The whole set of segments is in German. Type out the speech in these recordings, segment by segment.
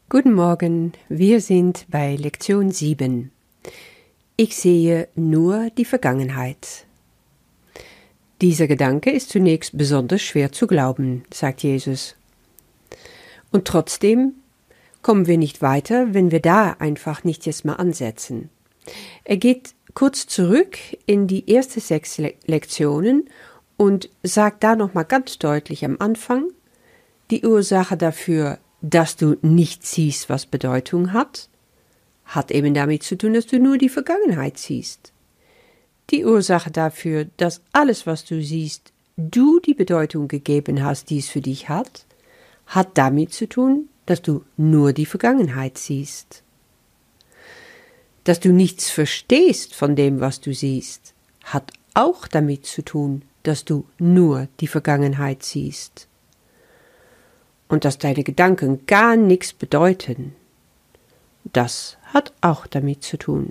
Guten Morgen, wir sind bei Lektion 7. Ich sehe nur die Vergangenheit. Dieser Gedanke ist zunächst besonders schwer zu glauben, sagt Jesus. Und trotzdem kommen wir nicht weiter, wenn wir da einfach nicht jetzt mal ansetzen. Er geht kurz zurück in die ersten 6 Lektionen und sagt da nochmal ganz deutlich am Anfang, die Ursache dafür, dass du nicht siehst, was Bedeutung hat eben damit zu tun, dass du nur die Vergangenheit siehst. Die Ursache dafür, dass alles, was du siehst, du die Bedeutung gegeben hast, die es für dich hat damit zu tun, dass du nur die Vergangenheit siehst. Dass du nichts verstehst von dem, was du siehst, hat auch damit zu tun, dass du nur die Vergangenheit siehst. Und dass deine Gedanken gar nichts bedeuten, das hat auch damit zu tun.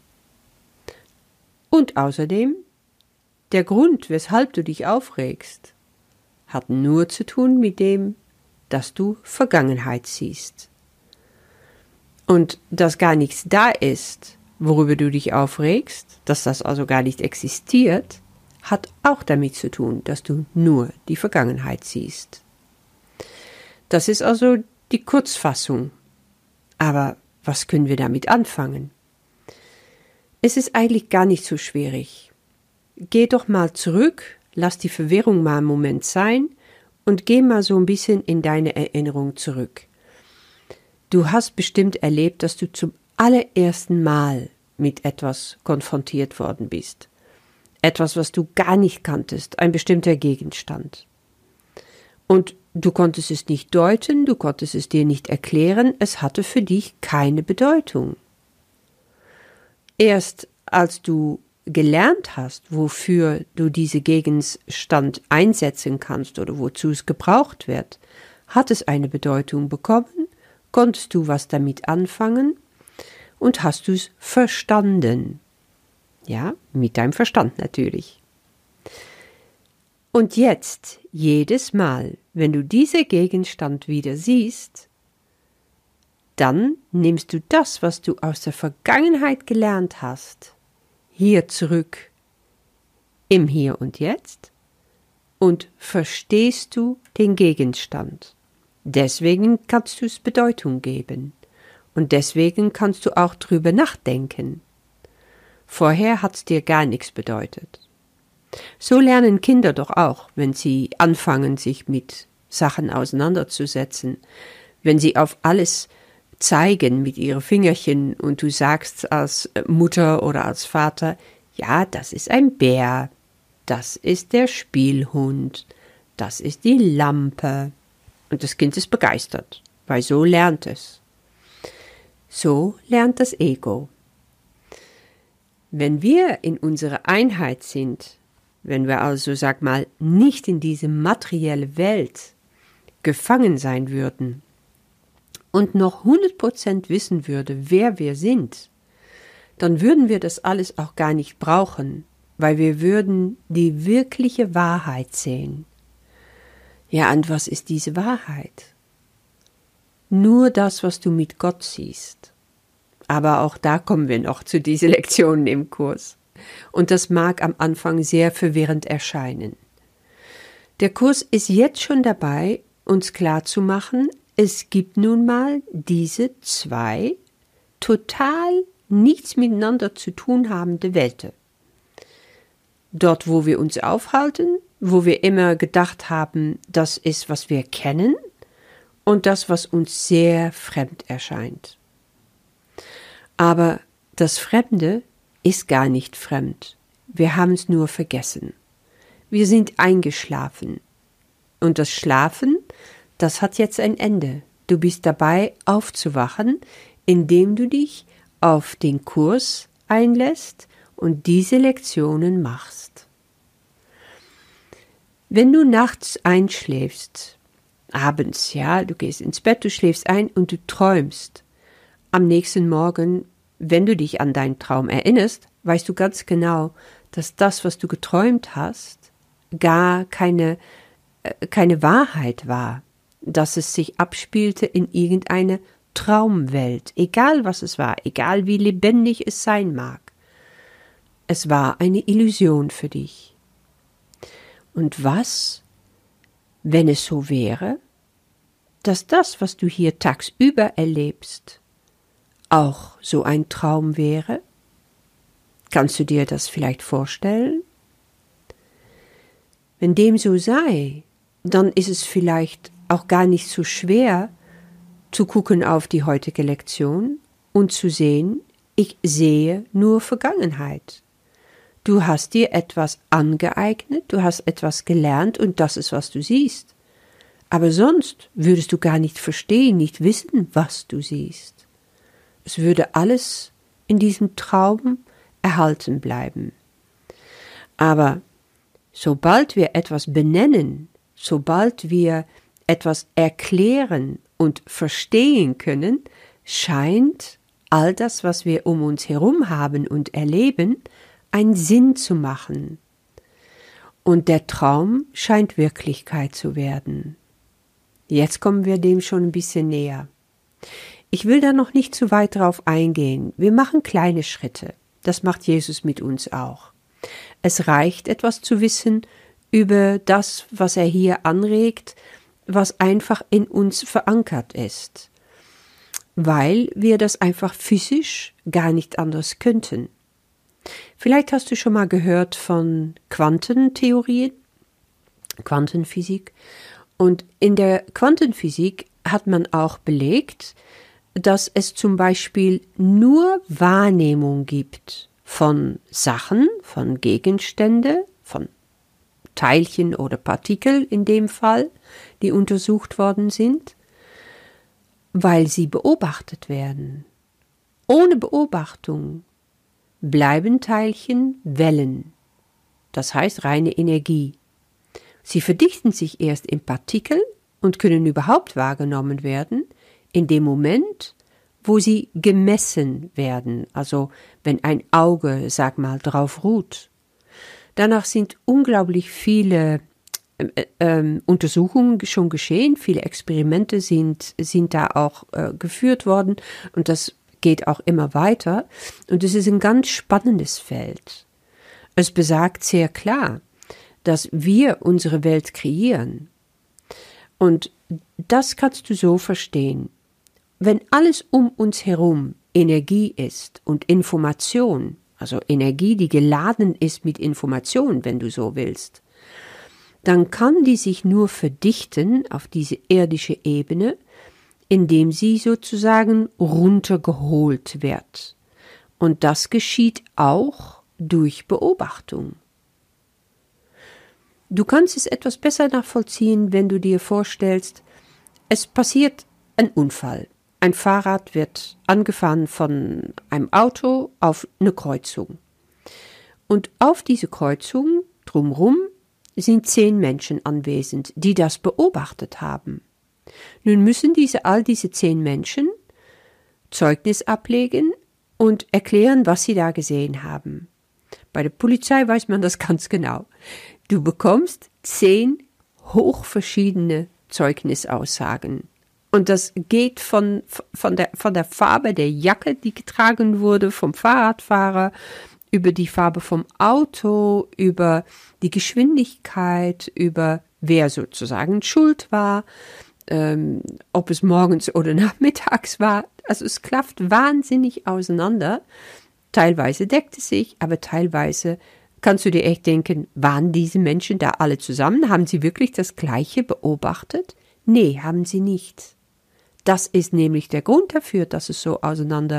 Und außerdem, der Grund, weshalb du dich aufregst, hat nur zu tun mit dem, dass du Vergangenheit siehst. Und dass gar nichts da ist, worüber du dich aufregst, dass das also gar nicht existiert, hat auch damit zu tun, dass du nur die Vergangenheit siehst. Das ist also die Kurzfassung. Aber was können wir damit anfangen? Es ist eigentlich gar nicht so schwierig. Geh doch mal zurück, lass die Verwirrung mal einen Moment sein und geh mal so ein bisschen in deine Erinnerung zurück. Du hast bestimmt erlebt, dass du zum allerersten Mal mit etwas konfrontiert worden bist. Etwas, was du gar nicht kanntest, ein bestimmter Gegenstand. Und du konntest es nicht deuten, du konntest es dir nicht erklären, es hatte für dich keine Bedeutung. Erst als du gelernt hast, wofür du diesen Gegenstand einsetzen kannst oder wozu es gebraucht wird, hat es eine Bedeutung bekommen, konntest du was damit anfangen und hast du es verstanden. Ja, mit deinem Verstand natürlich. Und jetzt, jedes Mal, wenn du diesen Gegenstand wieder siehst, dann nimmst du das, was du aus der Vergangenheit gelernt hast, hier zurück im Hier und Jetzt und verstehst du den Gegenstand. Deswegen kannst du es Bedeutung geben und deswegen kannst du auch drüber nachdenken. Vorher hat es dir gar nichts bedeutet. So lernen Kinder doch auch, wenn sie anfangen, sich mit Sachen auseinanderzusetzen. Wenn sie auf alles zeigen mit ihren Fingerchen und du sagst als Mutter oder als Vater, ja, das ist ein Bär, das ist der Spielhund, das ist die Lampe. Und das Kind ist begeistert, weil so lernt es. So lernt das Ego. Wenn wir in unserer Einheit sind, wenn wir also, sag mal, nicht in diese materielle Welt gefangen sein würden und noch 100% wissen würde, wer wir sind, dann würden wir das alles auch gar nicht brauchen, weil wir würden die wirkliche Wahrheit sehen. Ja, und was ist diese Wahrheit? Nur das, was du mit Gott siehst. Aber auch da kommen wir noch zu diesen Lektionen im Kurs. Und das mag am Anfang sehr verwirrend erscheinen. Der Kurs ist jetzt schon dabei, uns klarzumachen, es gibt nun mal diese 2 total nichts miteinander zu tun habende Welten. Dort, wo wir uns aufhalten, wo wir immer gedacht haben, das ist, was wir kennen, und das, was uns sehr fremd erscheint. Aber das Fremde ist gar nicht fremd. Wir haben es nur vergessen. Wir sind eingeschlafen. Und das Schlafen, das hat jetzt ein Ende. Du bist dabei, aufzuwachen, indem du dich auf den Kurs einlässt und diese Lektionen machst. Wenn du nachts einschläfst, abends, ja, du gehst ins Bett, du schläfst ein und du träumst, am nächsten Morgen, wenn du dich an deinen Traum erinnerst, weißt du ganz genau, dass das, was du geträumt hast, gar keine Wahrheit war, dass es sich abspielte in irgendeine Traumwelt, egal was es war, egal wie lebendig es sein mag. Es war eine Illusion für dich. Und was, wenn es so wäre, dass das, was du hier tagsüber erlebst, auch so ein Traum wäre? Kannst du dir das vielleicht vorstellen? Wenn dem so sei, dann ist es vielleicht auch gar nicht so schwer, zu gucken auf die heutige Lektion und zu sehen, ich sehe nur Vergangenheit. Du hast dir etwas angeeignet, du hast etwas gelernt und das ist, was du siehst. Aber sonst würdest du gar nicht verstehen, nicht wissen, was du siehst. Es würde alles in diesem Traum erhalten bleiben. Aber sobald wir etwas benennen, sobald wir etwas erklären und verstehen können, scheint all das, was wir um uns herum haben und erleben, einen Sinn zu machen. Und der Traum scheint Wirklichkeit zu werden. Jetzt kommen wir dem schon ein bisschen näher. Ich will da noch nicht zu weit drauf eingehen. Wir machen kleine Schritte. Das macht Jesus mit uns auch. Es reicht, etwas zu wissen über das, was er hier anregt, was einfach in uns verankert ist, weil wir das einfach physisch gar nicht anders könnten. Vielleicht hast du schon mal gehört von Quantentheorien, Quantenphysik. Und in der Quantenphysik hat man auch belegt, dass es zum Beispiel nur Wahrnehmung gibt von Sachen, von Gegenständen, von Teilchen oder Partikel in dem Fall, die untersucht worden sind, weil sie beobachtet werden. Ohne Beobachtung bleiben Teilchen Wellen, das heißt reine Energie. Sie verdichten sich erst in Partikel und können überhaupt wahrgenommen werden in dem Moment, wo sie gemessen werden, also wenn ein Auge, sag mal, drauf ruht. Danach sind unglaublich viele Untersuchungen schon geschehen, viele Experimente sind da auch geführt worden und das geht auch immer weiter. Und es ist ein ganz spannendes Feld. Es besagt sehr klar, dass wir unsere Welt kreieren. Und das kannst du so verstehen. Wenn alles um uns herum Energie ist und Information, also Energie, die geladen ist mit Information, wenn du so willst, dann kann die sich nur verdichten auf diese irdische Ebene, indem sie sozusagen runtergeholt wird. Und das geschieht auch durch Beobachtung. Du kannst es etwas besser nachvollziehen, wenn du dir vorstellst, es passiert ein Unfall. Ein Fahrrad wird angefahren von einem Auto auf eine Kreuzung. Und auf diese Kreuzung drumherum sind 10 Menschen anwesend, die das beobachtet haben. Nun müssen all diese 10 Menschen Zeugnis ablegen und erklären, was sie da gesehen haben. Bei der Polizei weiß man das ganz genau. Du bekommst 10 hochverschiedene Zeugnisaussagen. Und das geht von der Farbe der Jacke, die getragen wurde, vom Fahrradfahrer, über die Farbe vom Auto, über die Geschwindigkeit, über wer sozusagen schuld war, ob es morgens oder nachmittags war. Also es klafft wahnsinnig auseinander. Teilweise deckt es sich, aber teilweise kannst du dir echt denken, waren diese Menschen da alle zusammen? Haben sie wirklich das Gleiche beobachtet? Nee, haben sie nicht. Das ist nämlich der Grund dafür, dass es so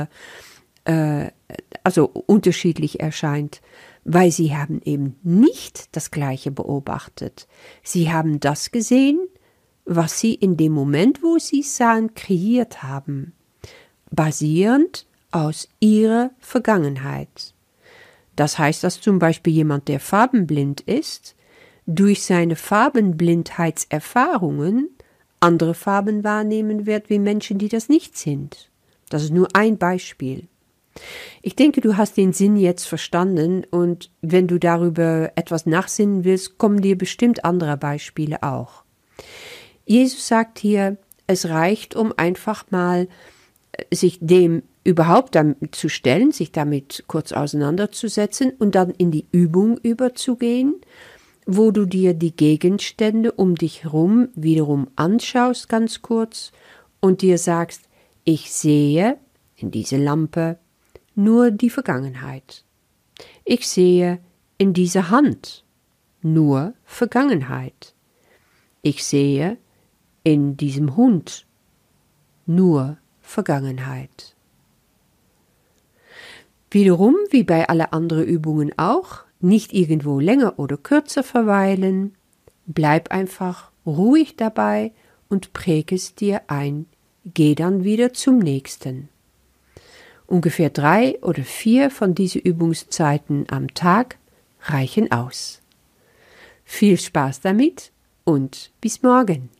unterschiedlich erscheint, weil sie haben eben nicht das Gleiche beobachtet. Sie haben das gesehen, was sie in dem Moment, wo sie es sahen, kreiert haben, basierend aus ihrer Vergangenheit. Das heißt, dass zum Beispiel jemand, der farbenblind ist, durch seine Farbenblindheitserfahrungen andere Farben wahrnehmen wird wie Menschen, die das nicht sind. Das ist nur ein Beispiel. Ich denke, du hast den Sinn jetzt verstanden und wenn du darüber etwas nachsinnen willst, kommen dir bestimmt andere Beispiele auch. Jesus sagt hier, es reicht, um einfach mal sich dem überhaupt damit zu stellen, sich damit kurz auseinanderzusetzen und dann in die Übung überzugehen, wo du dir die Gegenstände um dich herum wiederum anschaust, ganz kurz, und dir sagst, ich sehe in diese Lampe nur die Vergangenheit. Ich sehe in dieser Hand nur Vergangenheit. Ich sehe in diesem Hund nur Vergangenheit. Wiederum, wie bei alle anderen Übungen auch, nicht irgendwo länger oder kürzer verweilen, bleib einfach ruhig dabei und präg es dir ein, geh dann wieder zum nächsten. Ungefähr 3 oder 4 von diesen Übungszeiten am Tag reichen aus. Viel Spaß damit und bis morgen.